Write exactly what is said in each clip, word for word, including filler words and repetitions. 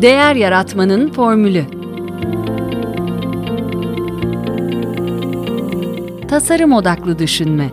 Değer yaratmanın formülü. Tasarım odaklı düşünme.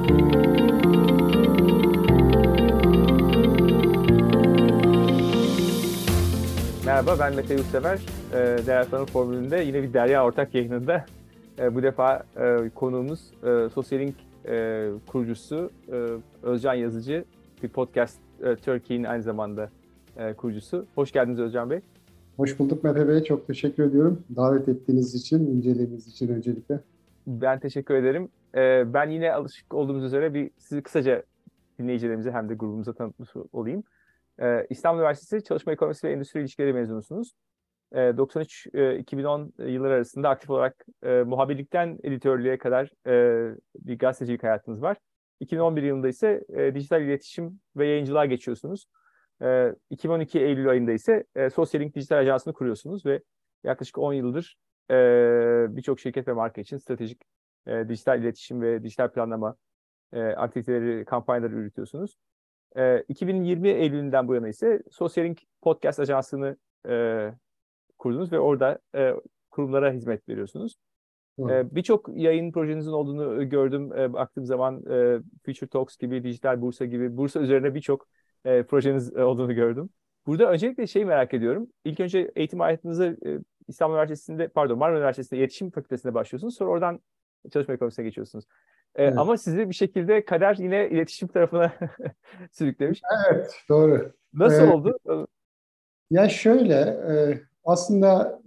Merhaba, ben Mete Yurtsever. Değer yaratmanın formülünde yine bir Derya Ortak yayınında. Bu defa konuğumuz Socialink kurucusu Özcan Yazıcı, bir podcast Turkey'in aynı zamanda kurucusu. Hoş geldiniz Özcan Bey. Hoş bulduk Mete Bey. Çok teşekkür ediyorum. Davet ettiğiniz için, inceliğiniz için öncelikle. Ben teşekkür ederim. Ben yine alışık olduğumuz üzere bir sizi kısaca dinleyicilerimize hem de grubumuza tanıtmış olayım. İstanbul Üniversitesi Çalışma Ekonomisi ve Endüstri İlişkileri mezunusunuz. doksan üç iki bin on yılları arasında aktif olarak muhabirlikten editörlüğe kadar bir gazetecilik hayatınız var. iki bin on bir yılında ise dijital iletişim ve yayıncılığa geçiyorsunuz. iki bin on iki Eylül ayında ise Socialink Dijital Ajansı'nı kuruyorsunuz ve yaklaşık on yıldır birçok şirket ve marka için stratejik dijital iletişim ve dijital planlama aktiviteleri, kampanyaları yürütüyorsunuz. iki bin yirmi Eylül'ünden bu yana ise Socialink Podcast Ajansı'nı kurdunuz ve orada kurumlara hizmet veriyorsunuz. Evet. Birçok yayın projenizin olduğunu gördüm. Baktığım zaman Future Talks gibi, Dijital Bursa gibi, Bursa üzerine birçok projeniz olduğunu gördüm. Burada öncelikle şeyi merak ediyorum. İlk önce eğitim hayatınızı İstanbul Üniversitesi'nde, pardon Marmara Üniversitesi'nde İletişim Fakültesi'nde başlıyorsunuz. Sonra oradan çalışma ekonomisine geçiyorsunuz. Evet. Ama sizi bir şekilde kader yine iletişim tarafına sürüklemiş. Evet, doğru. Nasıl ee, oldu? Ya şöyle, aslında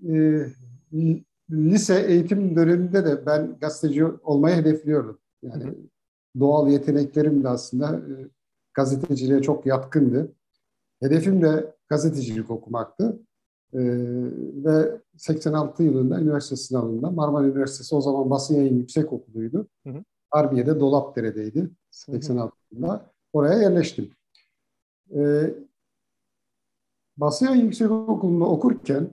lise eğitim döneminde de ben gazeteci olmayı hedefliyordum. Yani hı. Doğal yeteneklerim de aslında gazeteciliğe çok yatkındı. Hedefim de gazetecilik okumaktı. Ee, ve seksen altı yılında üniversite sınavında Marmara Üniversitesi o zaman basın yayın yüksekokulu'ydu. Hı hı. Harbiye'de Dolapdere'deydi seksen altı yılında. Oraya yerleştim. Ee, basın yayın yüksekokulu'nda okurken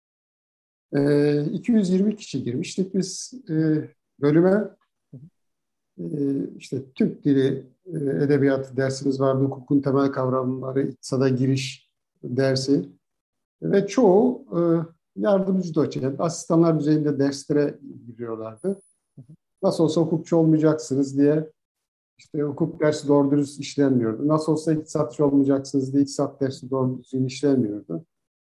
e, iki yüz yirmi kişi girmiştik biz e, bölüme. E, işte Türk dili, e, edebiyatı dersimiz vardı, hukukun temel kavramları, iktisada giriş dersi. Ve çoğu e, yardımcı doçent, asistanlar düzeyinde derslere giriyorlardı. Nasıl olsa hukukçu olmayacaksınız diye işte hukuk dersi doğru dürüst işlenmiyordu. Nasıl olsa iktisatçı olmayacaksınız diye iktisat dersi doğru düzgün işlenmiyordu.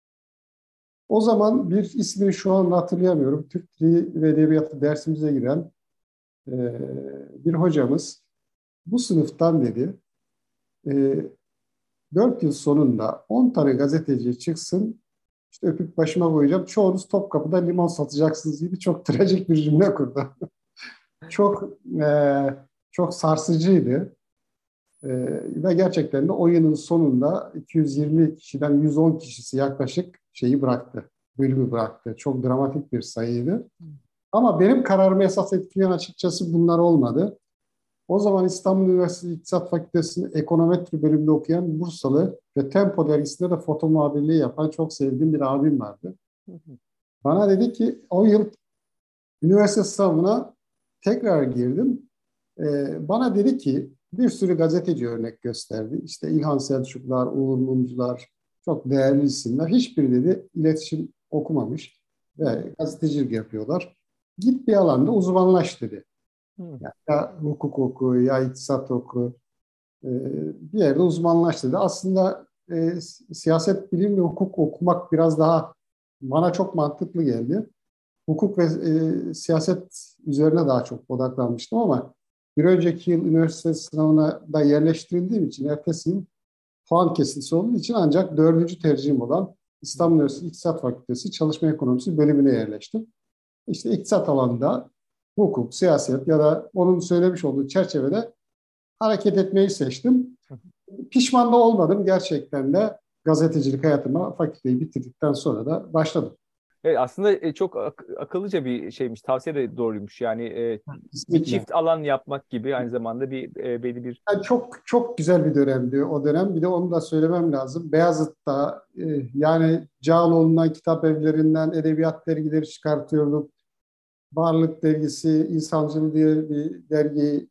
O zaman bir ismini şu an hatırlayamıyorum. Türk Dili ve Edebiyatı dersimize giren e, bir hocamız bu sınıftan dedi e, dört yıl sonunda on tane gazeteci çıksın, İşte öpüp başıma koyacağım. Çoğunuz Topkapı'da limon satacaksınız gibi çok trajik bir cümle kurdu. çok e, çok sarsıcıydı. E, ve gerçekten de o yılın sonunda iki yüz yirmi kişiden yüz on kişisi yaklaşık şeyi bıraktı. Bölümü bıraktı. Çok dramatik bir sayıydı. Ama benim kararımı esas etkileyen açıkçası bunlar olmadı. O zaman İstanbul Üniversitesi İktisat Fakültesi'nin ekonometri bölümünde okuyan Bursalı ve Tempo dergisinde de foto muhabirliği yapan çok sevdiğim bir abim vardı. Bana dedi ki o yıl üniversite sınavına tekrar girdim. Ee, bana dedi ki bir sürü gazeteci örnek gösterdi. İşte İlhan Selçuklar, Uğur Mumcular, çok değerli isimler. Hiçbiri dedi iletişim okumamış ve gazetecilik yapıyorlar. Git bir alanda uzmanlaş dedi. Yani ya hukuk oku, ya iktisat oku, e, bir yerde uzmanlaş dedi. Aslında e, siyaset bilim ve hukuk okumak biraz daha bana çok mantıklı geldi. Hukuk ve e, siyaset üzerine daha çok odaklanmıştım ama bir önceki yıl üniversite sınavına da yerleştirildiğim için ertesi yıl puan kesintisi olduğu için ancak dördüncü tercihim olan İstanbul Üniversitesi İktisat Fakültesi Çalışma Ekonomisi bölümüne yerleştim. İşte iktisat alanında hukuk, siyaset ya da onun söylemiş olduğu çerçevede hareket etmeyi seçtim. Pişman da olmadım. Gerçekten de gazetecilik hayatıma fakülteyi bitirdikten sonra da başladım. Evet, aslında çok ak- akıllıca bir şeymiş. Tavsiye de doğruymuş. Yani e, bir çift alan yapmak gibi aynı zamanda bir e, belli bir... Yani çok çok güzel bir dönemdi o dönem. Bir de onu da söylemem lazım. Beyazıt'ta e, yani Cağaloğlu'ndan, kitap evlerinden edebiyat dergileri çıkartıyorduk. Varlık dergisi, İnsancıl diye bir dergi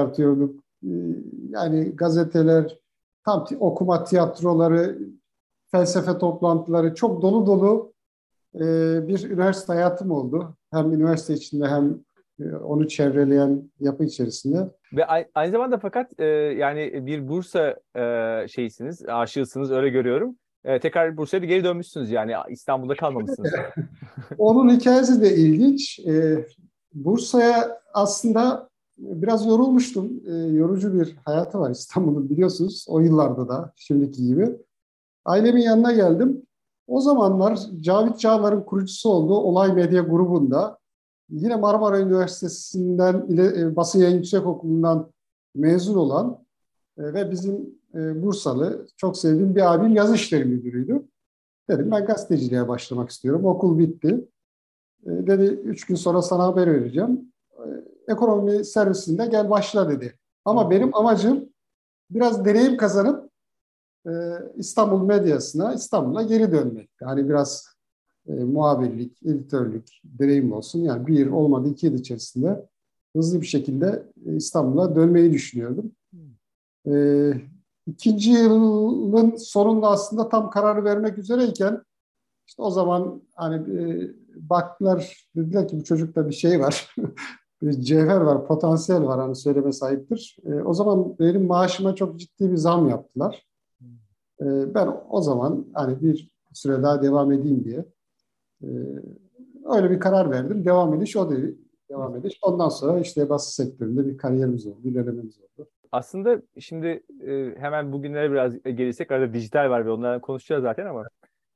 çıkartıyorduk. Yani gazeteler, tam okuma tiyatroları, felsefe toplantıları, çok dolu dolu e, bir üniversite hayatım oldu. Hem üniversite içinde hem e, onu çevreleyen yapı içerisinde. Ve a- aynı zamanda fakat e, yani bir Bursa e, şeysiniz, aşığısınız öyle görüyorum. E, tekrar Bursa'ya da geri dönmüşsünüz yani İstanbul'da kalmamışsınız. Onun hikayesi de ilginç. E, Bursa'ya aslında biraz yorulmuştum. E, yorucu bir hayatı var İstanbul'un biliyorsunuz. O yıllarda da şimdiki gibi. Ailemin yanına geldim. O zamanlar Cavit Çağlar'ın kurucusu olduğu Olay Medya grubunda yine Marmara Üniversitesi'nden ile, e, Basın Yayın Yüksekokulu'ndan mezun olan e, ve bizim e, Bursalı çok sevdiğim bir abim yazı işleri müdürüydü. Dedim ben gazeteciliğe başlamak istiyorum. Okul bitti. E, dedi üç gün sonra sana haber vereceğim. E, ekonomi servisinde gel başla dedi. Ama benim amacım biraz deneyim kazanıp e, İstanbul medyasına, İstanbul'a geri dönmek. Yani biraz e, muhabirlik, editörlük, deneyim olsun. Yani bir yıl olmadı iki yıl içerisinde hızlı bir şekilde e, İstanbul'a dönmeyi düşünüyordum. E, ikinci yılın sonunda aslında tam kararı vermek üzereyken işte o zaman hani e, baktılar dediler ki bu çocukta bir şey var. Bir cevher var, potansiyel var hani söyleme sahiptir. E, o zaman benim maaşıma çok ciddi bir zam yaptılar. E, ben o zaman hani bir süre daha devam edeyim diye e, öyle bir karar verdim. Devam ediş o değil. Devam ediş. Ondan sonra işte basın sektöründe bir kariyerimiz oldu, ilerlememiz oldu. Aslında şimdi e, hemen bugünlere biraz gelirsek arada dijital var ve onlardan konuşacağız zaten ama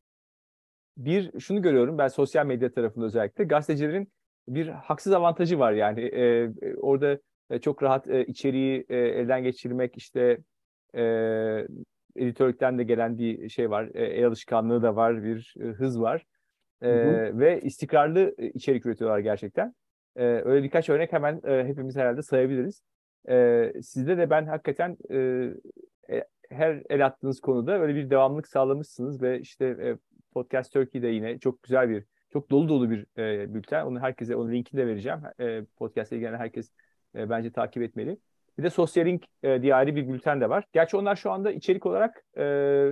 bir şunu görüyorum ben sosyal medya tarafında özellikle gazetecilerin bir haksız avantajı var yani e, orada e, çok rahat e, içeriği e, elden geçirmek işte e, editörlükten de gelen bir şey var e, el alışkanlığı da var bir e, hız var e, Hı hı. ve istikrarlı e, içerik üretiyorlar gerçekten. E, öyle birkaç örnek hemen e, hepimiz herhalde sayabiliriz. E, sizde de ben hakikaten e, e, her el attığınız konuda öyle bir devamlılık sağlamışsınız ve işte e, Podcast Turkey'de yine çok güzel bir, çok dolu dolu bir e, bülten. Onu herkese, onun linkini de vereceğim. E, podcast'la ilgilenen herkes e, bence takip etmeli. Bir de Sosyalink e, diye ayrı bir bülten de var. Gerçi onlar şu anda içerik olarak e,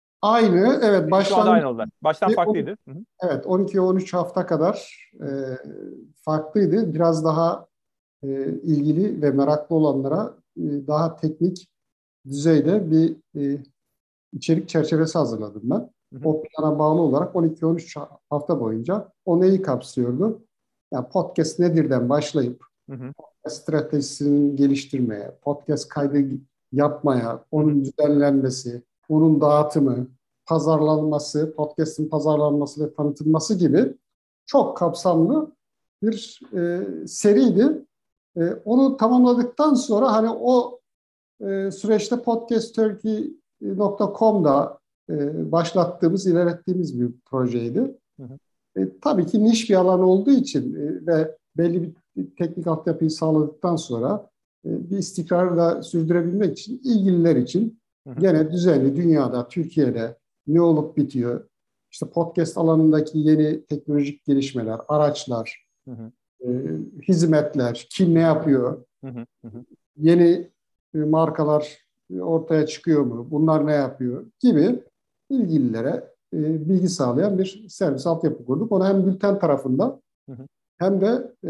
Aynı, evet şu anda başlangıç aynı oldular. Baştan farklıydı. Hı hı. evet on iki on üç hafta kadar e, farklıydı. Biraz daha e, ilgili ve meraklı olanlara e, daha teknik düzeyde bir e, içerik çerçevesi hazırladım ben. Hı hı. O plana bağlı olarak on iki on üç hafta boyunca o neyi kapsıyordu? Yani podcast nedirden başlayıp Hı hı. stratejisini geliştirmeye, podcast kaydı yapmaya, onun düzenlenmesi, onun dağıtımı, pazarlanması, podcast'in pazarlanması ve tanıtılması gibi çok kapsamlı bir e, seriydi. E, onu tamamladıktan sonra hani o e, süreçte podcast turkey nokta com'da e, başlattığımız, ilerlettiğimiz bir projeydi. Hı hı. E, tabii ki niş bir alan olduğu için e, ve belli bir teknik altyapıyı sağladıktan sonra e, bir istikrarı da sürdürebilmek için ilgililer için Hı hı. gene düzenli dünyada, Türkiye'de ne olup bitiyor, işte podcast alanındaki yeni teknolojik gelişmeler, araçlar, Hı hı. e, hizmetler, kim ne yapıyor, Hı hı. Hı hı. yeni e, markalar ortaya çıkıyor mu, bunlar ne yapıyor gibi ilgililere e, bilgi sağlayan bir servis altyapı kurduk. Onu hem bülten tarafında Hı hı. hem de e,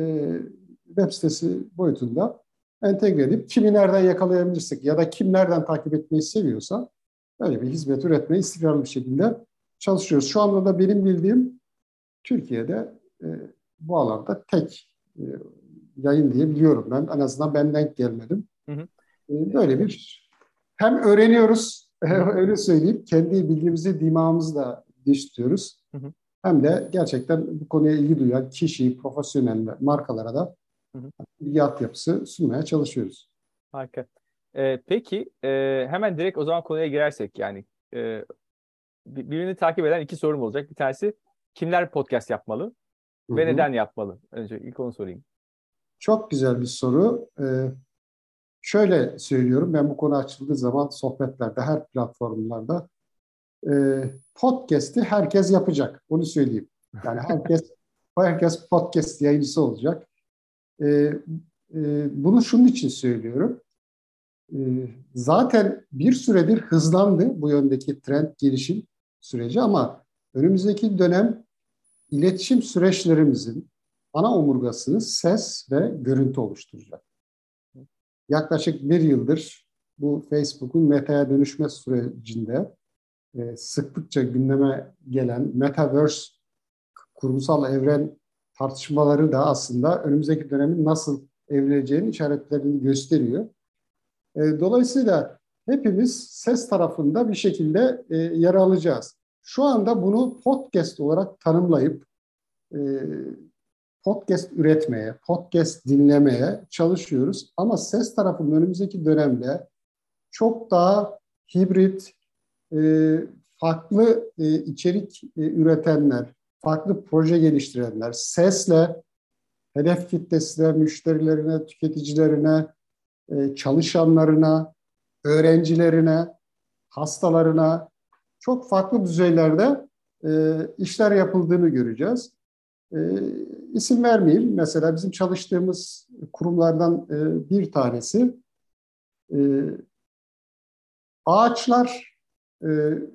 web sitesi boyutunda entegre edip kimi nereden yakalayabilirsek ya da kim nereden takip etmeyi seviyorsa öyle bir hizmet üretmeyi istikrarlı bir şekilde çalışıyoruz. Şu anda da benim bildiğim Türkiye'de e, bu alanda tek e, yayın diye biliyorum ben. En azından ben denk gelmedim. Hı hı. E, böyle bir hem öğreniyoruz Hı hı. öyle söyleyeyim. Kendi bilgimizi, dimağımızı da geliştiriyoruz. Hı hı. Hem de gerçekten bu konuya ilgi duyan kişi, profesyoneller, markalara da Hı hı. bilgi altyapısı sunmaya çalışıyoruz. Harika. E, peki e, hemen direkt o zaman konuya girersek yani e, bir- birbirini takip eden iki sorum olacak. Bir tanesi kimler podcast yapmalı Hı ve hı. neden yapmalı? Önce ilk onu sorayım. Çok güzel bir soru. Ee, şöyle söylüyorum, ben bu konu açıldığı zaman sohbetlerde, her platformlarda e, podcast'i herkes yapacak. Onu söyleyeyim. Yani herkes herkes podcast yayıncısı olacak. Ee, e, bunu şunun için söylüyorum. Ee, zaten bir süredir hızlandı bu yöndeki trend gelişim. süreci ama önümüzdeki dönem iletişim süreçlerimizin ana omurgasını ses ve görüntü oluşturacak. Yaklaşık bir yıldır bu Facebook'un Meta'ya dönüşme sürecinde e, sıklıkça gündeme gelen Metaverse kurumsal evren tartışmaları da aslında önümüzdeki dönemin nasıl evrileceğinin işaretlerini gösteriyor. E, dolayısıyla hepimiz ses tarafında bir şekilde e, yer alacağız. Şu anda bunu podcast olarak tanımlayıp e, podcast üretmeye, podcast dinlemeye çalışıyoruz. Ama ses tarafının önümüzdeki dönemde çok daha hibrit, e, farklı e, içerik e, üretenler, farklı proje geliştirenler, sesle hedef kitlesine, müşterilerine, tüketicilerine, e, çalışanlarına, öğrencilerine, hastalarına çok farklı düzeylerde e, işler yapıldığını göreceğiz. E, isim vermeyeyim. Mesela bizim çalıştığımız kurumlardan e, bir tanesi e, ağaçlar e,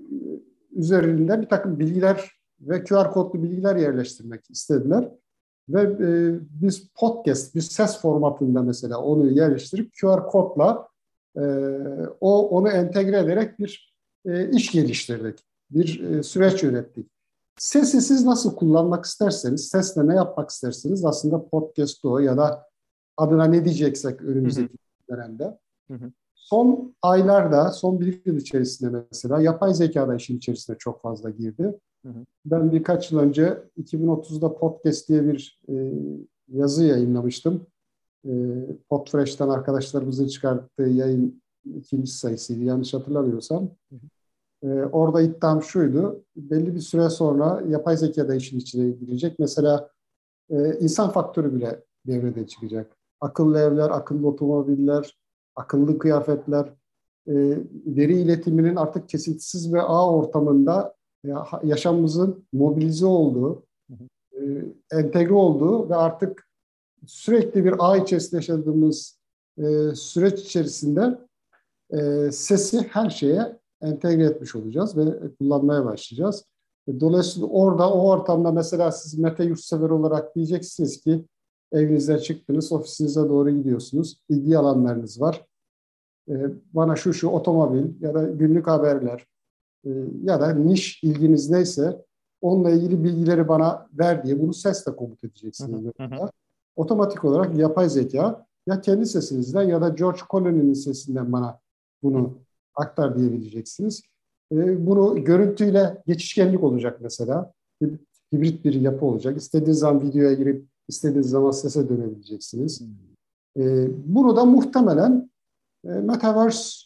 üzerinde bir takım bilgiler ve Q R kodlu bilgiler yerleştirmek istediler. Ve e, biz podcast, bir ses formatında mesela onu yerleştirip Q R kodla e, o onu entegre ederek bir e, iş geliştirdik. Bir e, süreç yönettik. Sesi siz nasıl kullanmak isterseniz, sesle ne yapmak isterseniz aslında podcast o ya da adına ne diyeceksek önümüzdeki dönemde. Hı hı. Son aylarda, son bir yıl içerisinde mesela yapay zeka da işin içerisine çok fazla girdi. Hı hı. Ben birkaç yıl önce iki bin otuzda podcast diye bir e, yazı yayınlamıştım. E, Podfresh'ten arkadaşlarımızın çıkarttığı yayın ikinci sayısıydı yanlış hatırlamıyorsam. Hı hı. E, orada iddiam şuydu, belli bir süre sonra yapay zeka da işin içine girecek. Mesela e, insan faktörü bile devrede çıkacak. Akıllı evler, akıllı otomobiller, akıllı kıyafetler, e, veri iletiminin artık kesintisiz ve ağ ortamında yaşamımızın mobilize olduğu, e, entegre olduğu ve artık sürekli bir ağ içerisinde yaşadığımız e, süreç içerisinde e, sesi her şeye entegre etmiş olacağız ve kullanmaya başlayacağız. Dolayısıyla orada o ortamda mesela siz Mete yurtsever olarak diyeceksiniz ki evinizden çıktınız, ofisinize doğru gidiyorsunuz, ilgi alanlarınız var. E, bana şu şu otomobil ya da günlük haberler ya da niş ilginiz neyse onunla ilgili bilgileri bana ver diye bunu sesle komut edeceksiniz. Hı hı. Otomatik olarak yapay zeka ya kendi sesinizden ya da George Clooney'nin sesinden bana bunu aktar diyebileceksiniz. Bunu görüntüyle geçişkenlik olacak mesela. Hibrit bir yapı olacak. İstediğiniz zaman videoya girip istediğiniz zaman sese dönebileceksiniz. Hı. Bunu da muhtemelen Metaverse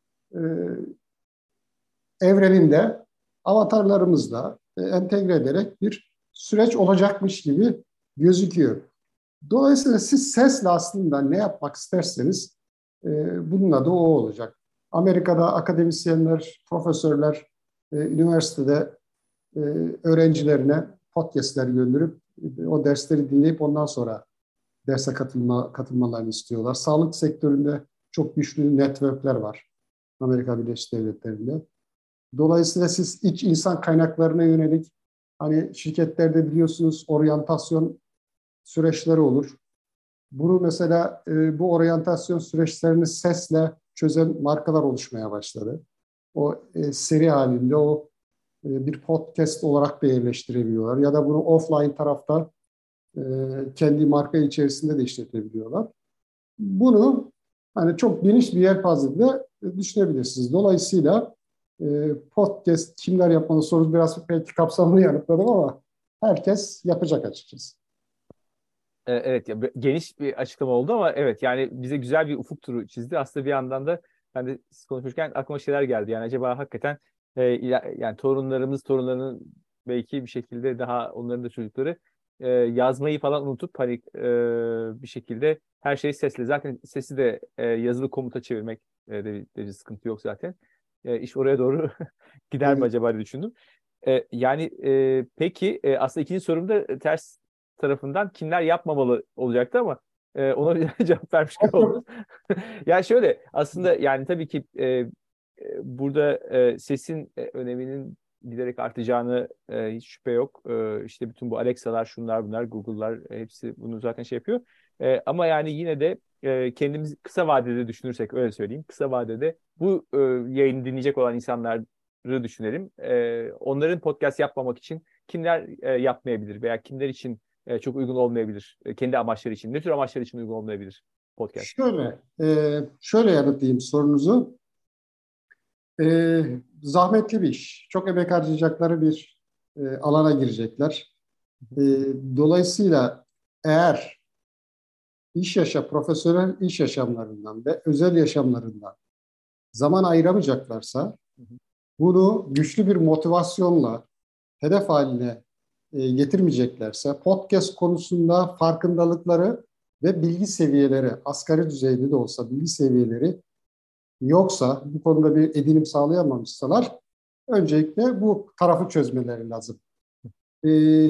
evreninde avatarlarımızla e, entegre ederek bir süreç olacakmış gibi gözüküyor. Dolayısıyla siz sesle aslında ne yapmak isterseniz e, bunun adı o olacak. Amerika'da akademisyenler, profesörler e, üniversitede e, öğrencilerine podcastler gönderip e, o dersleri dinleyip ondan sonra derse katılma, katılmalarını istiyorlar. Sağlık sektöründe çok güçlü networkler var Amerika Birleşik Devletleri'nde. Dolayısıyla siz iç insan kaynaklarına yönelik hani şirketlerde biliyorsunuz oryantasyon süreçleri olur. Bunu mesela e, bu oryantasyon süreçlerini sesle çözen markalar oluşmaya başladı. O e, seri halinde o e, bir podcast olarak da yerleştirebiliyorlar. Ya da bunu offline tarafta e, kendi marka içerisinde de işletebiliyorlar. Bunu hani çok geniş bir yelpazede düşünebilirsiniz. Dolayısıyla podcast kimler yapmalı sorusu biraz belki kapsamlı yanıtladım ama herkes yapacak açıkçası. Evet, geniş bir açıklama oldu ama evet yani bize güzel bir ufuk turu çizdi. Aslında bir yandan da ben de siz konuşurken aklıma şeyler geldi. Yani acaba hakikaten e, yani torunlarımız torunlarının belki bir şekilde daha onların da çocukları e, yazmayı falan unutup hani e, bir şekilde her şeyi sesle zaten sesi de e, yazılı komuta çevirmek e, de, de bir sıkıntı yok zaten. E, iş oraya doğru gider mi Evet. acaba diye düşündüm. E, yani e, peki e, aslında ikinci sorumda ters tarafından kimler yapmamalı olacaktı ama e, ona bir cevap vermiş gibi oldunuz. Yani şöyle aslında yani tabii ki e, e, burada e, sesin e, öneminin giderek artacağını e, hiç şüphe yok. E, işte bütün bu Alexa'lar, şunlar bunlar, Google'lar e, hepsi bunu zaten şey yapıyor. E, ama yani yine de e, kendimiz kısa vadede düşünürsek öyle söyleyeyim. Kısa vadede bu e, yayını dinleyecek olan insanları düşünelim. E, onların podcast yapmamak için kimler e, yapmayabilir veya kimler için e, çok uygun olmayabilir? E, kendi amaçları için. Ne tür amaçlar için uygun olmayabilir podcast? Şöyle, e, şöyle yanıtlayayım sorunuzu. E, Zahmetli bir iş. Çok emek harcayacakları bir e, alana girecekler. E, Dolayısıyla eğer iş yaşa, profesyonel iş yaşamlarından ve özel yaşamlarından zaman ayıramayacaklarsa bunu güçlü bir motivasyonla hedef haline e, getirmeyeceklerse podcast konusunda farkındalıkları ve bilgi seviyeleri, asgari düzeyde de olsa bilgi seviyeleri yoksa, bu konuda bir edinim sağlayamamışsalar öncelikle bu tarafı çözmeleri lazım. E,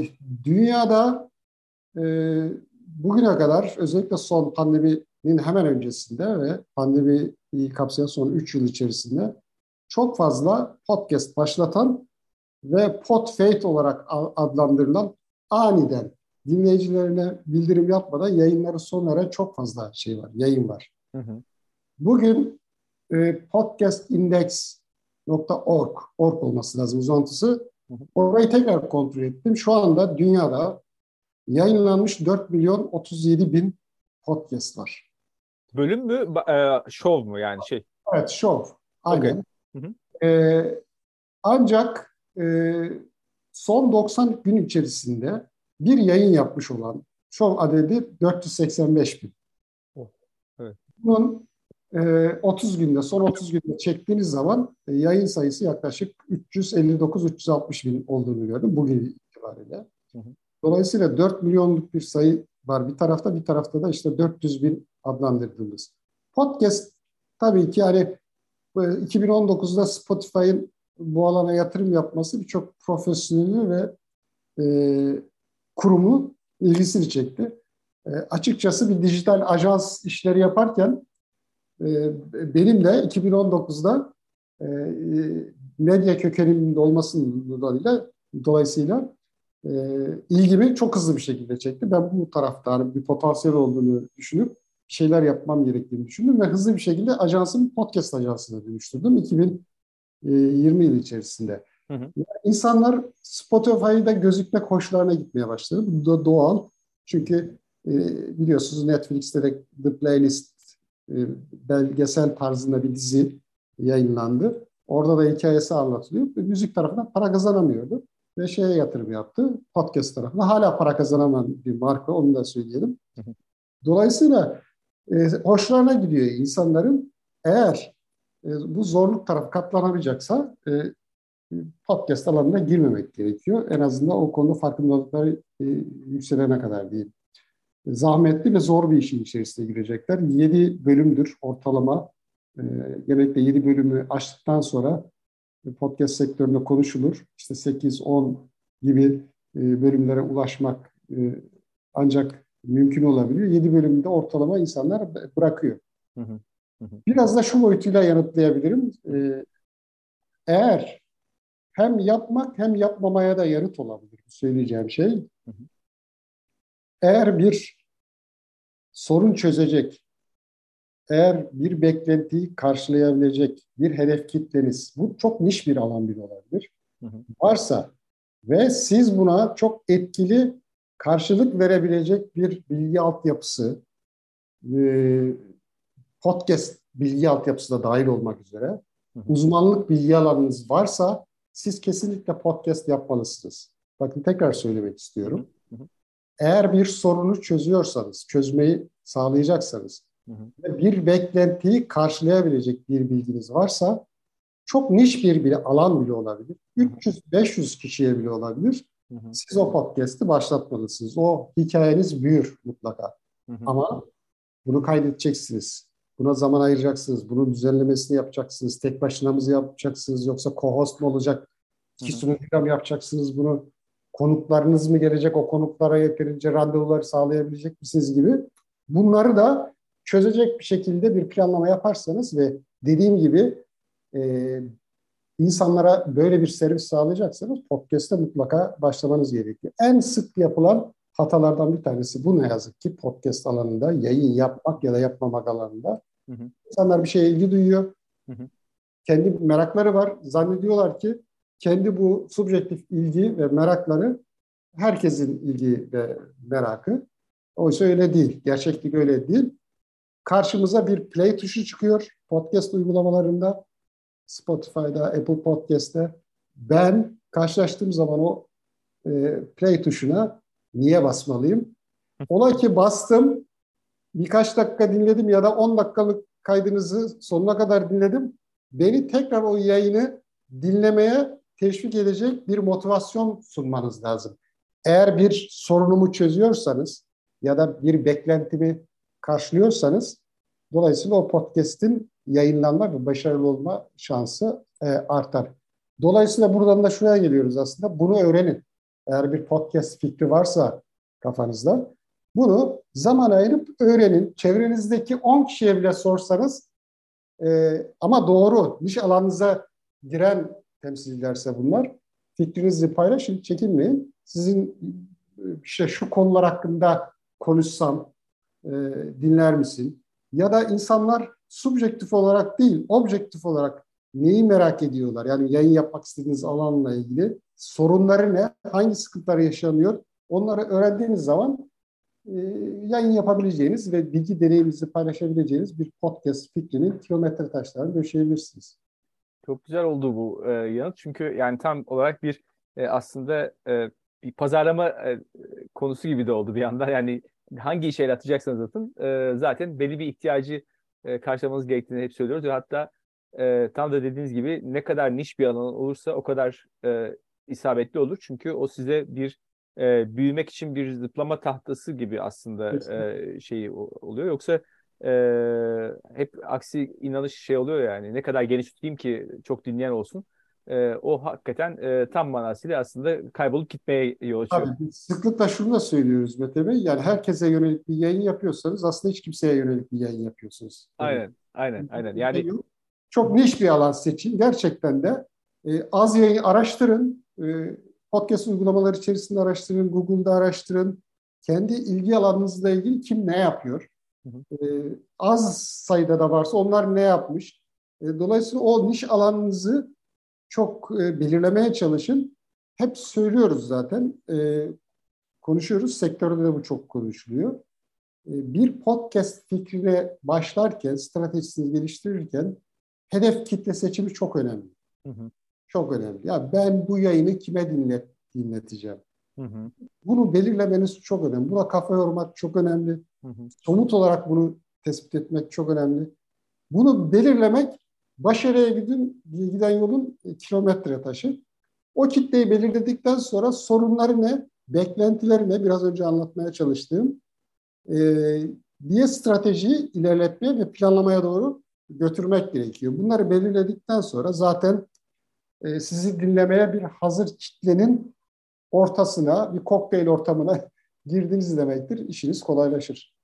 Dünyada e, bugüne kadar özellikle son pandeminin hemen öncesinde ve pandemiyi kapsayan son üç yıl içerisinde çok fazla podcast başlatan ve podfade olarak adlandırılan aniden dinleyicilerine bildirim yapmadan yayınları sona eren çok fazla şey var, yayın var. Hı hı. Bugün e, podcastindex nokta org org olması lazım uzantısı. Orayı tekrar kontrol ettim. Şu anda dünyada yayınlanmış dört milyon otuz yedi bin podcast var. Bölüm mü? Ba- e, Show mu yani şey? Evet, show. Okay. Aynen. Hı hı. Ee, ancak e, son doksan gün içerisinde bir yayın yapmış olan show adedi dört yüz seksen beş bin. Oh, evet. Bunun e, otuz günde, son otuz günde çektiğiniz zaman e, yayın sayısı yaklaşık üç yüz elli dokuz üç yüz altmış bin olduğunu gördüm bugün itibariyle. Hı hı. Dolayısıyla dört milyonluk bir sayı var bir tarafta, bir tarafta da işte dört yüz bin adlandırdığımız. Podcast tabii ki hani iki bin on dokuzda Spotify'ın bu alana yatırım yapması birçok profesyoneli ve e, kurumu ilgisini çekti. E, açıkçası bir dijital ajans işleri yaparken e, benim de iki bin on dokuzda e, medya kökenimin olmasının dolayısıyla, dolayısıyla e, ilgimi çok hızlı bir şekilde çekti. Ben bu taraftarım, bir potansiyel olduğunu düşünüp bir şeyler yapmam gerektiğini düşündüm ve hızlı bir şekilde ajansımı podcast ajansına dönüştürdüm iki bin yirmi yıl içerisinde. Hı hı. Yani insanlar Spotify'da gözükmek hoşlarına gitmeye başladı. Bu da doğal. Çünkü e, biliyorsunuz Netflix'te de The Playlist e, belgesel tarzında bir dizi yayınlandı. Orada da hikayesi anlatılıyor. Ve müzik tarafından para kazanamıyordu. Ve şeye yatırım yaptı. Podcast tarafına. Hala para kazanamayan bir marka, onu da söyleyelim. Hı hı. Dolayısıyla e, hoşlarına gidiyor insanların. Eğer e, bu zorluk tarafı katlanamayacaksa e, podcast alanına girmemek gerekiyor. En azından o konuda farkındalıkları e, yükselene kadar değil. Zahmetli ve zor bir işin içerisine girecekler. yedi bölümdür ortalama. E, genellikle yedi bölümü açtıktan sonra podcast sektöründe konuşulur. İşte sekiz on gibi e, bölümlere ulaşmak e, ancak mümkün olabiliyor. yedi bölümde ortalama insanlar bırakıyor. Hı hı. Hı hı. Biraz da şu boyutuyla yanıtlayabilirim. E, eğer hem yapmak hem yapmamaya da yanıt olabilir bu söyleyeceğim şey. Hı hı. Eğer bir sorun çözecek, eğer bir beklentiyi karşılayabilecek bir hedef kitleniz, bu çok niş bir alan bile olabilir, Hı hı. varsa ve siz buna çok etkili karşılık verebilecek bir bilgi altyapısı, podcast bilgi altyapısı da dahil olmak üzere Hı hı. uzmanlık bilgi alanınız varsa siz kesinlikle podcast yapmalısınız. Bakın tekrar söylemek istiyorum. Hı hı. Eğer bir sorunu çözüyorsanız, çözmeyi sağlayacaksanız Hı hı. ve bir beklentiyi karşılayabilecek bir bilginiz varsa çok niş bir, bir alan bile olabilir. üç yüz beş yüz kişiye bile olabilir. Hı hı. Siz o podcast'i başlatmalısınız. O hikayeniz büyür mutlaka. Hı hı. Ama bunu kaydedeceksiniz. Buna zaman ayıracaksınız. Bunun düzenlemesini yapacaksınız. Tek başına mı yapacaksınız yoksa co-host mu olacak? İki Hı hı. sunucuyla mı yapacaksınız bunu? Konuklarınız mı gelecek? O konuklara yeterince randevuları sağlayabilecek misiniz gibi. Bunları da çözecek bir şekilde bir planlama yaparsanız ve dediğim gibi e, insanlara böyle bir servis sağlayacaksanız podcast'te mutlaka başlamanız gerekiyor. En sık yapılan hatalardan bir tanesi bu, ne yazık ki podcast alanında, yayın yapmak ya da yapmamak alanında. Hı hı. İnsanlar bir şeye ilgi duyuyor. Hı hı. Kendi merakları var. Zannediyorlar ki kendi bu subjektif ilgi ve merakları herkesin ilgi ve merakı. Oysa öyle değil. Gerçeklik öyle değil. Karşımıza bir play tuşu çıkıyor podcast uygulamalarında. Spotify'da, Apple Podcast'te. Ben karşılaştığım zaman o e, play tuşuna niye basmalıyım? Ola ki bastım, birkaç dakika dinledim ya da on dakikalık kaydınızı sonuna kadar dinledim. Beni tekrar o yayını dinlemeye teşvik edecek bir motivasyon sunmanız lazım. Eğer bir sorunumu çözüyorsanız ya da bir beklentimi karşılıyorsanız, dolayısıyla o podcast'in yayınlanma ve başarılı olma şansı e, artar. Dolayısıyla buradan da şuraya geliyoruz aslında. Bunu öğrenin. Eğer bir podcast fikri varsa kafanızda, bunu zaman ayırıp öğrenin. Çevrenizdeki on kişiye bile sorsanız e, ama doğru, niş alanınıza giren temsilcilerse bunlar, fikrinizi paylaşın, çekinmeyin. Sizin işte şu konular hakkında konuşsam e, dinler misin? Ya da insanlar subjektif olarak değil, objektif olarak neyi merak ediyorlar? Yani yayın yapmak istediğiniz alanla ilgili sorunları ne? Hangi sıkıntılar yaşanıyor? Onları öğrendiğiniz zaman e, yayın yapabileceğiniz ve bilgi deneyiminizi paylaşabileceğiniz bir podcast fikrinin kilometre taşlarını döşeyebilirsiniz. Çok güzel oldu bu e, yanıt. Çünkü yani tam olarak bir e, aslında e, bir pazarlama e, konusu gibi de oldu bir yandan. Yani hangi işe el atacaksanız atın e, zaten belli bir ihtiyacı e, karşılamanız gerektiğini hep söylüyoruz. Ve hatta e, tam da dediğiniz gibi ne kadar niş bir alan olursa o kadar e, isabetli olur. Çünkü o size bir e, büyümek için bir zıplama tahtası gibi aslında e, şeyi oluyor. Yoksa Ee, hep aksi inanış şey oluyor yani. Ne kadar geniş tutayım ki çok dinleyen olsun. Ee, o hakikaten e, tam manasıyla aslında kaybolup gitmeye yol açıyor. Tabii sıklıkla şunu da söylüyoruz Mete Bey. Yani herkese yönelik bir yayın yapıyorsanız aslında hiç kimseye yönelik bir yayın yapıyorsunuz. Yani, Aynen, aynen, aynen. Yani çok niş bir alan seçin. Gerçekten de e, az yayın araştırın. E, podcast uygulamaları içerisinde araştırın. Google'da araştırın. Kendi ilgi alanınızla ilgili kim ne yapıyor? Hı hı. E, az sayıda da varsa onlar ne yapmış? E, dolayısıyla o niş alanınızı çok e, belirlemeye çalışın. Hep söylüyoruz zaten. E, konuşuyoruz. Sektörde de bu çok konuşuluyor. E, bir podcast fikrine başlarken, stratejisini geliştirirken hedef kitle seçimi çok önemli. Hı hı. Çok önemli. Ya ben bu yayını kime dinlet, dinleteceğim? Hı hı. Bunu belirlemeniz çok önemli. Buna kafa yormak çok önemli. Hı hı. Somut olarak bunu tespit etmek çok önemli. Bunu belirlemek başarıya gidin, giden yolun kilometre taşı. O kitleyi belirledikten sonra sorunları ne, beklentileri ne, biraz önce anlatmaya çalıştığım e, diye stratejiyi ilerletmeye ve planlamaya doğru götürmek gerekiyor. Bunları belirledikten sonra zaten e, sizi dinlemeye bir hazır kitlenin ortasına, bir kokteyl ortamına girdiniz demektir. İşiniz kolaylaşır.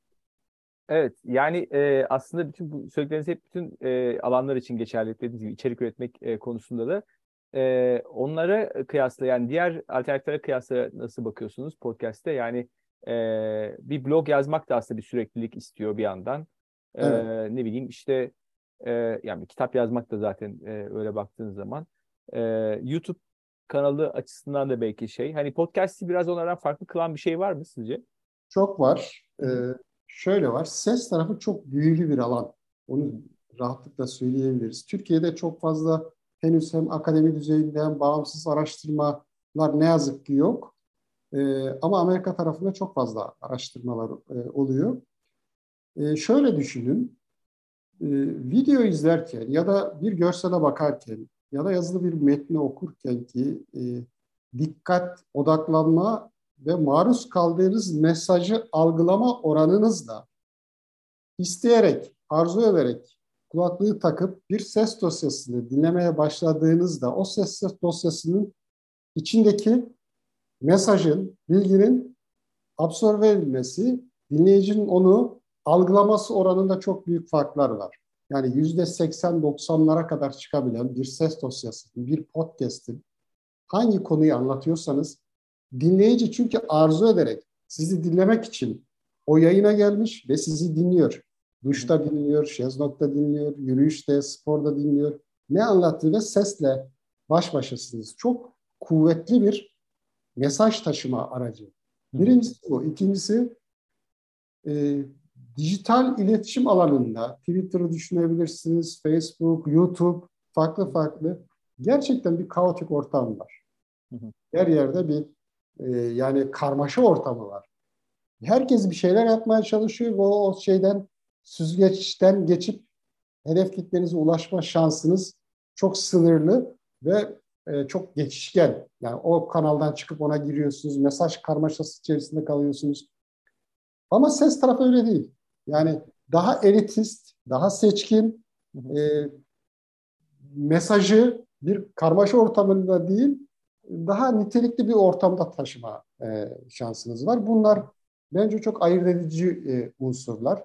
evet, yani e, aslında bütün bu söyledikleriniz hep bütün e, alanlar için geçerli. Dediğiniz gibi içerik üretmek e, konusunda da e, onlara kıyasla yani diğer alternatiflere kıyasla nasıl bakıyorsunuz podcast'te? Yani e, bir blog yazmak da aslında bir süreklilik istiyor bir yandan. E, Evet. Ne bileyim işte e, yani bir kitap yazmak da zaten e, öyle baktığınız zaman. E, YouTube kanalı açısından da belki şey. Hani podcast'i biraz onlardan farklı kılan bir şey var mı sizce? Çok var. Ee, şöyle var. Ses tarafı çok büyülü bir alan. Onu rahatlıkla söyleyebiliriz. Türkiye'de çok fazla henüz hem akademi düzeyinde hem bağımsız araştırmalar ne yazık ki yok. Ee, ama Amerika tarafında çok fazla araştırmalar e, oluyor. Ee, şöyle düşünün. Ee, video izlerken ya da bir görsele bakarken ya da yazılı bir metni okurken ki e, dikkat, odaklanma ve maruz kaldığınız mesajı algılama oranınızla isteyerek, arzu ederek kulaklığı takıp bir ses dosyasını dinlemeye başladığınızda o ses dosyasının içindeki mesajın, bilginin absorbe edilmesi, dinleyicinin onu algılaması oranında çok büyük farklar var. Yani yüzde seksen doksanlara kadar çıkabilen bir ses dosyası, bir podcast'in hangi konuyu anlatıyorsanız dinleyici çünkü arzu ederek sizi dinlemek için o yayına gelmiş ve sizi dinliyor. Duşta dinliyor, şezlongda dinliyor, yürüyüşte, sporda dinliyor. Ne anlattığı ve sesle baş başasınız. Çok kuvvetli bir mesaj taşıma aracı. Birincisi bu. İkincisi e, dijital iletişim alanında Twitter'ı düşünebilirsiniz, Facebook, YouTube, farklı farklı. Gerçekten bir kaotik ortam var. Her yerde bir e, yani karmaşa ortamı var. Herkes bir şeyler yapmaya çalışıyor ve o şeyden süzgeçten geçip hedef kitlenize ulaşma şansınız çok sınırlı ve e, çok geçişken. Yani o kanaldan çıkıp ona giriyorsunuz, mesaj karmaşası içerisinde kalıyorsunuz. Ama ses tarafı öyle değil. Yani daha elitist, daha seçkin, e, mesajı bir karmaşa ortamında değil, daha nitelikli bir ortamda taşıma e, şansınız var. Bunlar bence çok ayırt edici e, unsurlar.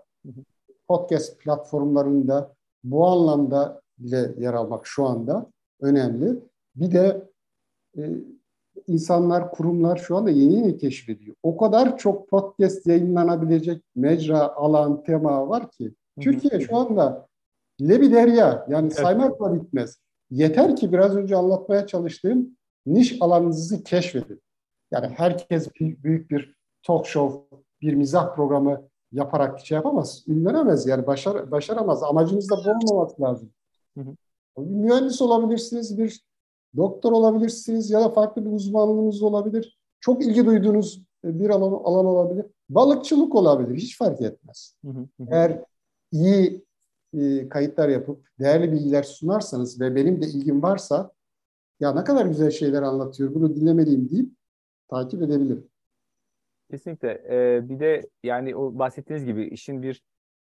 Podcast platformlarında bu anlamda bile yer almak şu anda önemli. Bir de e, insanlar, kurumlar şu anda yeni yeni keşfediyor. O kadar çok podcast yayınlanabilecek mecra, alan, tema var ki. Türkiye şu anda lebiderya, yani saymakla bitmez. Yeter ki biraz önce anlatmaya çalıştığım niş alanınızı keşfedin. Yani herkes büyük bir talk show, bir mizah programı yaparak şey yapamaz. Ünlenemez yani başar, başaramaz. Amacınız da bu olmaması lazım. Hı hı. Bir mühendis olabilirsiniz, bir doktor olabilirsiniz ya da farklı bir uzmanlığınız olabilir. Çok ilgi duyduğunuz bir alan, alan olabilir. Balıkçılık olabilir. Hiç fark etmez. Hı hı. Eğer iyi e, kayıtlar yapıp değerli bilgiler sunarsanız ve benim de ilgim varsa ya ne kadar güzel şeyler anlatıyor, bunu dinlemeliyim deyip takip edebilirim. Kesinlikle. Ee, bir de yani o bahsettiğiniz gibi işin bir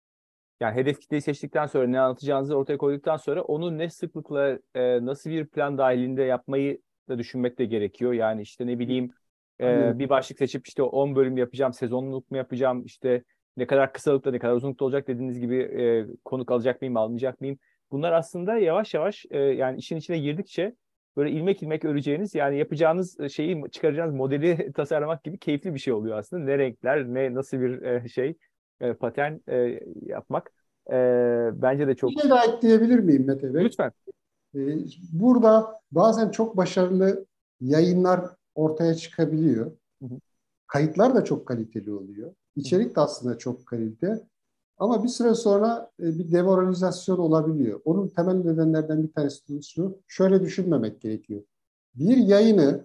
yani hedef kitleyi seçtikten sonra ne anlatacağınızı ortaya koyduktan sonra onu ne sıklıkla e, nasıl bir plan dahilinde yapmayı da düşünmek de gerekiyor. Yani işte ne bileyim e, bir başlık seçip işte on bölüm yapacağım, sezonluk mu yapacağım, işte ne kadar kısalıkta ne kadar uzunlukta olacak dediğiniz gibi e, konuk alacak mıyım, almayacak mıyım? Bunlar aslında yavaş yavaş e, yani işin içine girdikçe böyle ilmek ilmek öreceğiniz yani yapacağınız şeyi çıkaracağınız modeli tasarlamak gibi keyifli bir şey oluyor aslında. Ne renkler, ne nasıl bir e, şey e, patern e, yapmak e, bence de Bir çok... şey daha ekleyebilir miyim Mete Bey? Lütfen. Ee, burada bazen çok başarılı yayınlar ortaya çıkabiliyor. Hı hı. Kayıtlar da çok kaliteli oluyor. İçerik de aslında çok kalite. Ama bir süre sonra e, bir demoralizasyon olabiliyor. Onun temel nedenlerden bir tanesi de şu. Şöyle düşünmemek gerekiyor. Bir yayını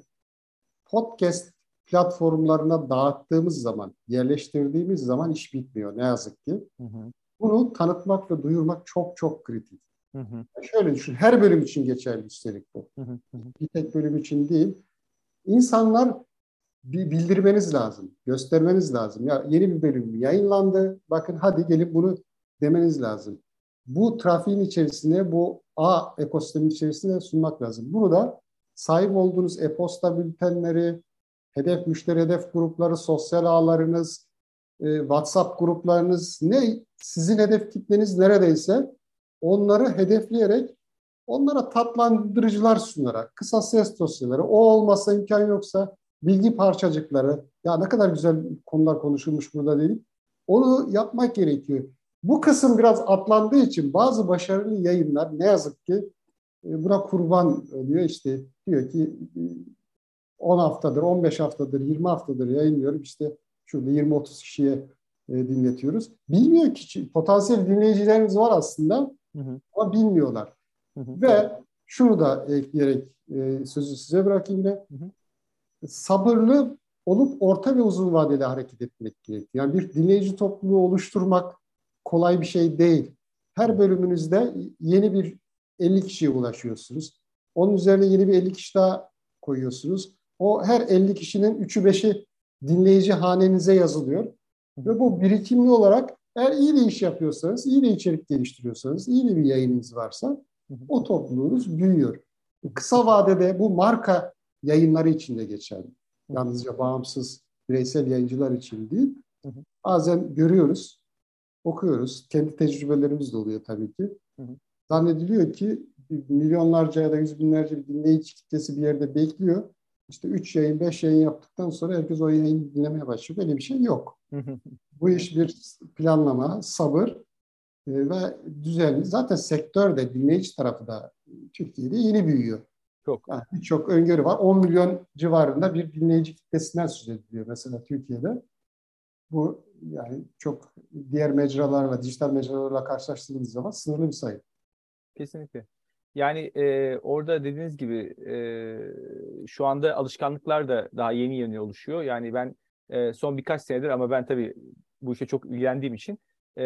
podcast platformlarına dağıttığımız zaman, yerleştirdiğimiz zaman iş bitmiyor ne yazık ki. Hı hı. Bunu tanıtmak ve duyurmak çok çok kritik. Hı hı. Şöyle düşün, her bölüm için geçerli üstelik bu. Hı hı. Bir tek bölüm için değil. İnsanlar bir bildirmeniz lazım, göstermeniz lazım. Ya yeni bir bölüm yayınlandı, bakın hadi gelin bunu demeniz lazım. Bu trafiğin içerisine, bu ağ ekosistemin içerisine sunmak lazım. Bunu da sahip olduğunuz e-posta bültenleri, hedef müşteri hedef grupları, sosyal ağlarınız, e, WhatsApp gruplarınız, ne sizin hedef kitleniz neredeyse onları hedefleyerek onlara tatlandırıcılar sunarak, kısa ses dosyaları, o olmasa imkan yoksa bilgi parçacıkları, ya ne kadar güzel konular konuşulmuş burada değil. Onu yapmak gerekiyor. Bu kısım biraz atlandığı için bazı başarılı yayınlar ne yazık ki buna kurban oluyor. İşte diyor ki on haftadır, on beş haftadır, yirmi haftadır yayınlıyorum. İşte şurada yirmi otuz kişiye dinletiyoruz. Bilmiyor ki potansiyel dinleyicilerimiz var aslında, hı hı, ama bilmiyorlar. Hı hı. Ve şunu da ekleyerek sözü size bırakayım yine. Hı hı. Sabırlı olup orta ve uzun vadeli hareket etmek gerekiyor. Yani bir dinleyici topluluğu oluşturmak kolay bir şey değil. Her bölümünüzde yeni bir elli kişiye ulaşıyorsunuz. Onun üzerine yeni bir elli kişi daha koyuyorsunuz. O her elli kişinin üçü beşi dinleyici hanenize yazılıyor. Ve bu birikimli olarak eğer iyi bir iş yapıyorsanız, iyi bir içerik geliştiriyorsanız, iyi bir yayınınız varsa o topluluğunuz büyüyor. Kısa vadede bu marka yayınları için de geçerli. Yalnızca bağımsız bireysel yayıncılar için değil. Bazen görüyoruz. okuyoruz. Kendi tecrübelerimiz de oluyor tabii ki. Hı hı. Zannediliyor ki milyonlarca ya da yüz binlerce bir dinleyici kitlesi bir yerde bekliyor. İşte üç yayın, beş yayın yaptıktan sonra herkes o yayını dinlemeye başlıyor. Böyle bir şey yok. Bu iş bir planlama, sabır e, ve düzenli. Zaten sektör de dinleyici tarafı da Türkiye'de yeni büyüyor. Çok. Yani birçok öngörü var. on milyon civarında bir dinleyici kitlesinden söz ediliyor mesela Türkiye'de. Bu yani çok diğer mecralarla, dijital mecralarla karşılaştırdığımız zaman sınırlı bir sayı. Kesinlikle. Yani e, orada dediğiniz gibi e, şu anda alışkanlıklar da daha yeni yeni oluşuyor. Yani ben e, son birkaç senedir ama ben tabii bu işe çok ilgilendiğim için e,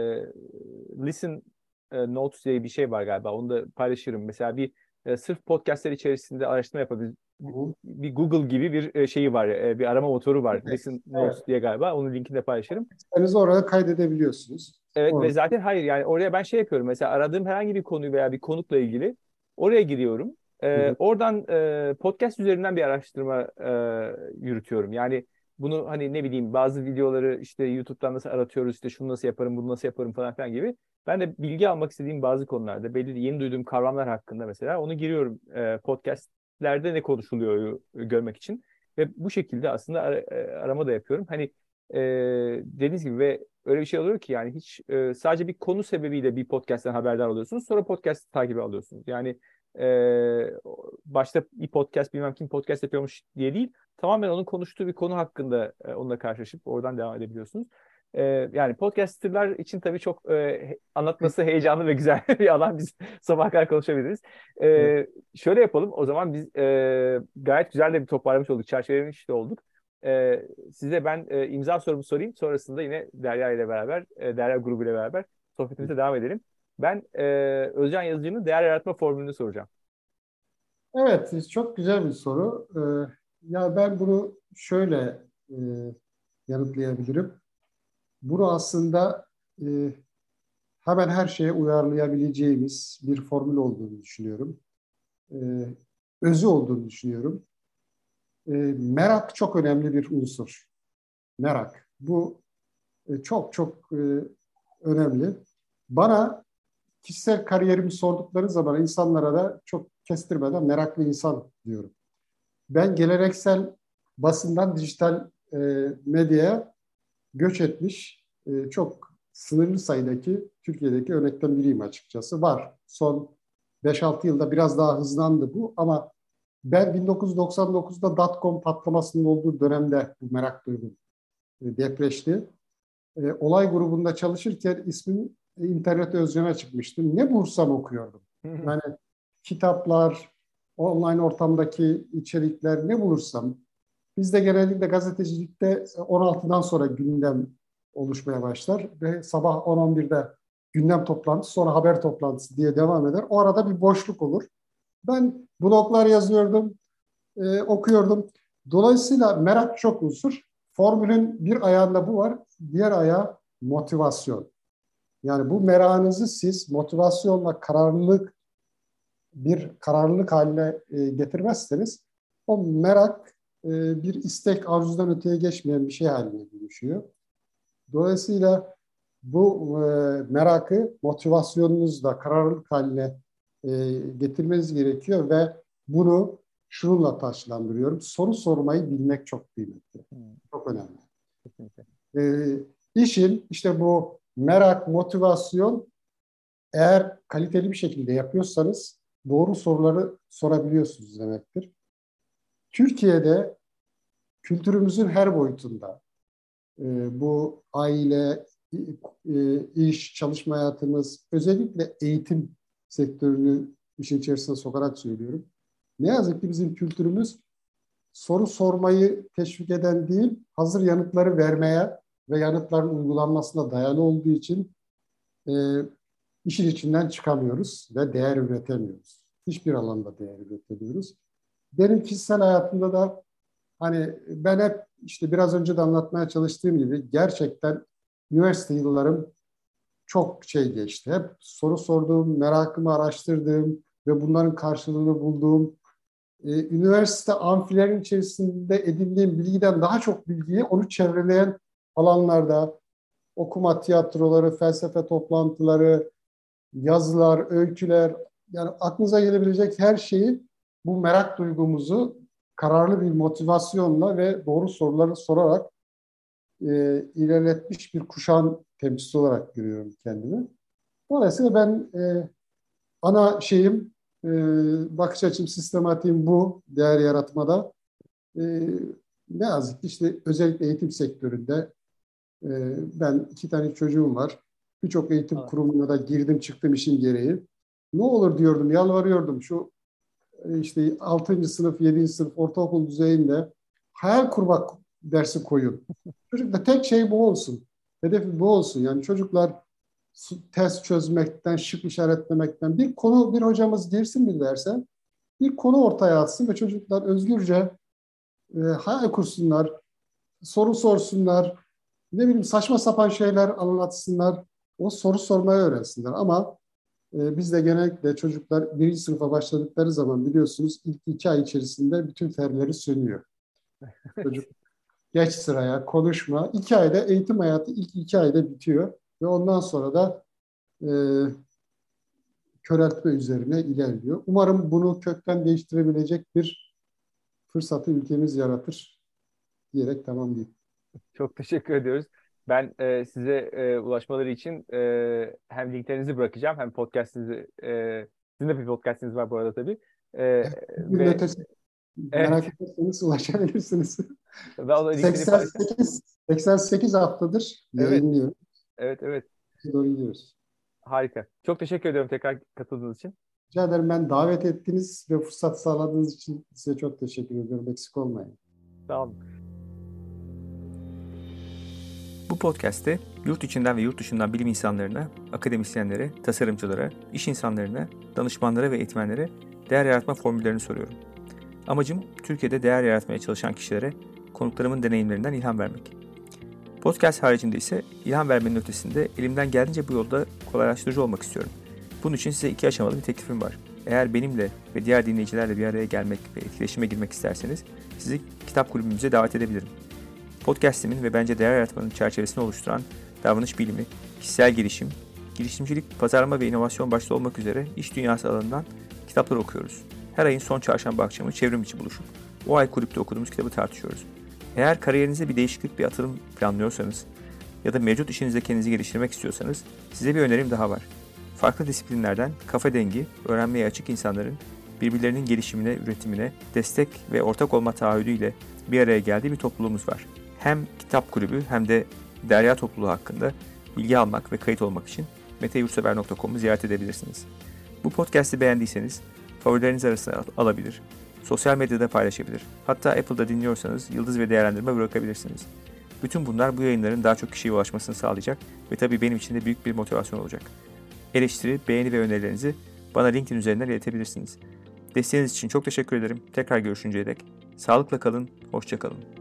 Listen e, Notes diye bir şey var galiba. Onu da paylaşırım. Mesela bir e, sırf podcastler içerisinde araştırma yapabilir. Bir, Hı. bir Google gibi bir e, şeyi var. E, bir arama motoru var. Evet. Listen Evet. Notes diye galiba. Onun linkini de paylaşırım. Kendinizi oraya kaydedebiliyorsunuz. Evet ve Orada. zaten hayır yani oraya ben şey yapıyorum. Mesela aradığım herhangi bir konuyu veya bir konukla ilgili oraya giriyorum. Hı Ee, hı. oradan e, podcast üzerinden bir araştırma e, yürütüyorum. Yani bunu hani ne bileyim bazı videoları işte YouTube'dan nasıl aratıyoruz işte şunu nasıl yaparım bunu nasıl yaparım falan filan gibi. Ben de bilgi almak istediğim bazı konularda belli yeni duyduğum kavramlar hakkında mesela onu giriyorum e, podcastlerde ne konuşuluyor görmek için. Ve bu şekilde aslında ara- e, arama da yapıyorum. Hani e, dediğiniz gibi ve öyle bir şey oluyor ki yani hiç e, sadece bir konu sebebiyle bir podcast'ten haberdar oluyorsunuz. Sonra podcast takibi alıyorsunuz. Yani e, başta bir podcast bilmem kim podcast yapıyormuş diye değil. Tamamen onun konuştuğu bir konu hakkında e, onunla karşılaşıp oradan devam edebiliyorsunuz. E, yani podcasterlar için tabii çok e, anlatması heyecanlı ve güzel bir alan. Biz sabah kadar konuşabiliriz. Evet. E, şöyle yapalım. O zaman biz e, gayet güzel de bir toparlamış olduk. Çerçevelemiş de olduk. Ee, size ben e, imza sorumu sorayım. Sonrasında yine Derya ile beraber, e, Derya grubu ile beraber sohbetimize devam edelim. Ben e, Özcan Yazıcı'nın değer yaratma formülünü soracağım. Evet, çok güzel bir soru. Ee, ya ben bunu şöyle e, yanıtlayabilirim. Bunu aslında e, hemen her şeye uyarlayabileceğimiz bir formül olduğunu düşünüyorum. E, özü olduğunu düşünüyorum. E, merak çok önemli bir unsur. Merak. Bu e, çok çok e, önemli. Bana kişisel kariyerimi sordukları zaman insanlara da çok kestirmeden meraklı insan diyorum. Ben geleneksel basından dijital e, medyaya göç etmiş e, çok sınırlı sayıdaki Türkiye'deki örnekten biriyim açıkçası. Var. Son beş altı yılda biraz daha hızlandı bu ama ben bin dokuz yüz doksan dokuzda dot-com patlamasının olduğu dönemde bu merak duygum e, depreşti. E, olay grubunda çalışırken ismim e, internet özcüne çıkmıştı. Ne bulursam okuyordum. Yani kitaplar, online ortamdaki içerikler ne bulursam. Bizde genellikle gazetecilikte on altıdan sonra gündem oluşmaya başlar ve sabah on on birde gündem toplantısı sonra haber toplantısı diye devam eder. O arada bir boşluk olur. Ben bloglar yazıyordum, e, okuyordum. Dolayısıyla merak çok unsur. Formülün bir ayağında bu var, diğer ayağı motivasyon. Yani bu merakınızı siz motivasyonla kararlılık bir kararlılık haline e, getirmezseniz o merak e, bir istek arzudan öteye geçmeyen bir şey haline dönüşüyor. Dolayısıyla bu e, merakı motivasyonunuzla kararlılık haline e, getirmeniz gerekiyor ve bunu şununla taşlandırıyorum. Soru sormayı bilmek çok kıymetli. Hmm, Çok önemli. kesinlikle. E, işin işte bu merak, motivasyon eğer kaliteli bir şekilde yapıyorsanız doğru soruları sorabiliyorsunuz demektir. Türkiye'de kültürümüzün her boyutunda e, bu aile, e, iş, çalışma hayatımız, özellikle eğitim sektörünü işin içerisine sokarak söylüyorum. Ne yazık ki bizim kültürümüz soru sormayı teşvik eden değil, hazır yanıtları vermeye ve yanıtların uygulanmasına dayalı olduğu için e, işin içinden çıkamıyoruz ve değer üretemiyoruz. Hiçbir alanda değer üretemiyoruz. Benim kişisel hayatımda da hani ben hep işte biraz önce de anlatmaya çalıştığım gibi gerçekten üniversite yıllarım çok şey geçti. Hep soru sorduğum, merakımı araştırdığım ve bunların karşılığını bulduğum, e, üniversite amfilerin içerisinde edindiğim bilgiden daha çok bilgiyi onu çevreleyen alanlarda okuma tiyatroları, felsefe toplantıları, yazılar, öyküler, yani aklınıza gelebilecek her şeyi, bu merak duygumuzu kararlı bir motivasyonla ve doğru soruları sorarak e, ilerletmiş bir kuşağın temsilcisi olarak görüyorum kendimi. Dolayısıyla ben e, ana şeyim, e, bakış açım, sistematiğim bu değer yaratmada. E, ne yazık ki işte özellikle eğitim sektöründe e, ben iki tane çocuğum var. Birçok eğitim Evet. kurumuna da girdim çıktım işin gereği. Ne olur diyordum, yalvarıyordum şu e, işte altıncı sınıf, yedinci sınıf ortaokul düzeyinde hayal kurmak dersi koyun. Çocukta tek şey bu olsun. Hedefi bu olsun. Yani çocuklar test çözmekten, şık işaretlemekten, bir konu, bir hocamız girsin bir derse, bir konu ortaya atsın ve çocuklar özgürce e, hayal kursunlar, soru sorsunlar, ne bileyim saçma sapan şeyler anlatsınlar, o soru sormayı öğrensinler. Ama e, bizde genellikle çocuklar birinci sınıfa başladıkları zaman biliyorsunuz ilk iki ay içerisinde bütün ferleri sönüyor. Çocuk geç sıraya, konuşma. İki ayda eğitim hayatı ilk iki ayda bitiyor ve ondan sonra da e, köreltme üzerine ilerliyor. Umarım bunu kökten değiştirebilecek bir fırsatı ülkemiz yaratır diyerek tamamlayayım. Çok teşekkür ediyoruz. Ben e, size e, ulaşmaları için e, hem linklerinizi bırakacağım hem podcastinizi, e, sizin de bir podcastiniz var bu arada tabii. E, Bir ve ötesi evet, merak ederseniz ulaşabilirsiniz. ben o linkleri paylaşacağım. seksen sekiz, seksen sekiz haftadır Evet, yayınlıyor. evet, evet. Doğru gidiyoruz. Harika. Çok teşekkür ediyorum tekrar katıldığınız için. Rica ederim, ben davet ettiniz ve fırsat sağladığınız için size çok teşekkür ediyorum. Eksik olmayın. Sağ olun. Bu podcast'te yurt içinden ve yurt dışından bilim insanlarına, akademisyenlere, tasarımcılara, iş insanlarına, danışmanlara ve eğitmenlere değer yaratma formüllerini soruyorum. Amacım Türkiye'de değer yaratmaya çalışan kişilere konuklarımın deneyimlerinden ilham vermek. Podcast haricinde ise ilham vermenin ötesinde elimden geldiğince bu yolda kolaylaştırıcı olmak istiyorum. Bunun için size iki aşamalı bir teklifim var. Eğer benimle ve diğer dinleyicilerle bir araya gelmek ve etkileşime girmek isterseniz sizi kitap kulübümüze davet edebilirim. Podcast'imin ve bence değer yaratmanın çerçevesini oluşturan davranış bilimi, kişisel gelişim, girişimcilik, pazarlama ve inovasyon başta olmak üzere iş dünyası alanından kitaplar okuyoruz. Her ayın son çarşamba akşamı çevrim içi buluşup o ay kulüpte okuduğumuz kitabı tartışıyoruz. Eğer kariyerinizde bir değişiklik, bir atılım planlıyorsanız ya da mevcut işinizde kendinizi geliştirmek istiyorsanız size bir önerim daha var. Farklı disiplinlerden kafa dengi, öğrenmeye açık insanların birbirlerinin gelişimine, üretimine destek ve ortak olma taahhüdüyle bir araya geldiği bir topluluğumuz var. Hem kitap kulübü hem de Derya topluluğu hakkında bilgi almak ve kayıt olmak için mete yurtsever nokta com'u ziyaret edebilirsiniz. Bu podcast'i beğendiyseniz favorileriniz arasına alabilir, sosyal medyada paylaşabilir, hatta Apple'da dinliyorsanız yıldız ve değerlendirme bırakabilirsiniz. Bütün bunlar bu yayınların daha çok kişiye ulaşmasını sağlayacak ve tabii benim için de büyük bir motivasyon olacak. Eleştiri, beğeni ve önerilerinizi bana LinkedIn üzerinden iletebilirsiniz. Desteğiniz için çok teşekkür ederim. Tekrar görüşünceye dek sağlıkla kalın, hoşça kalın.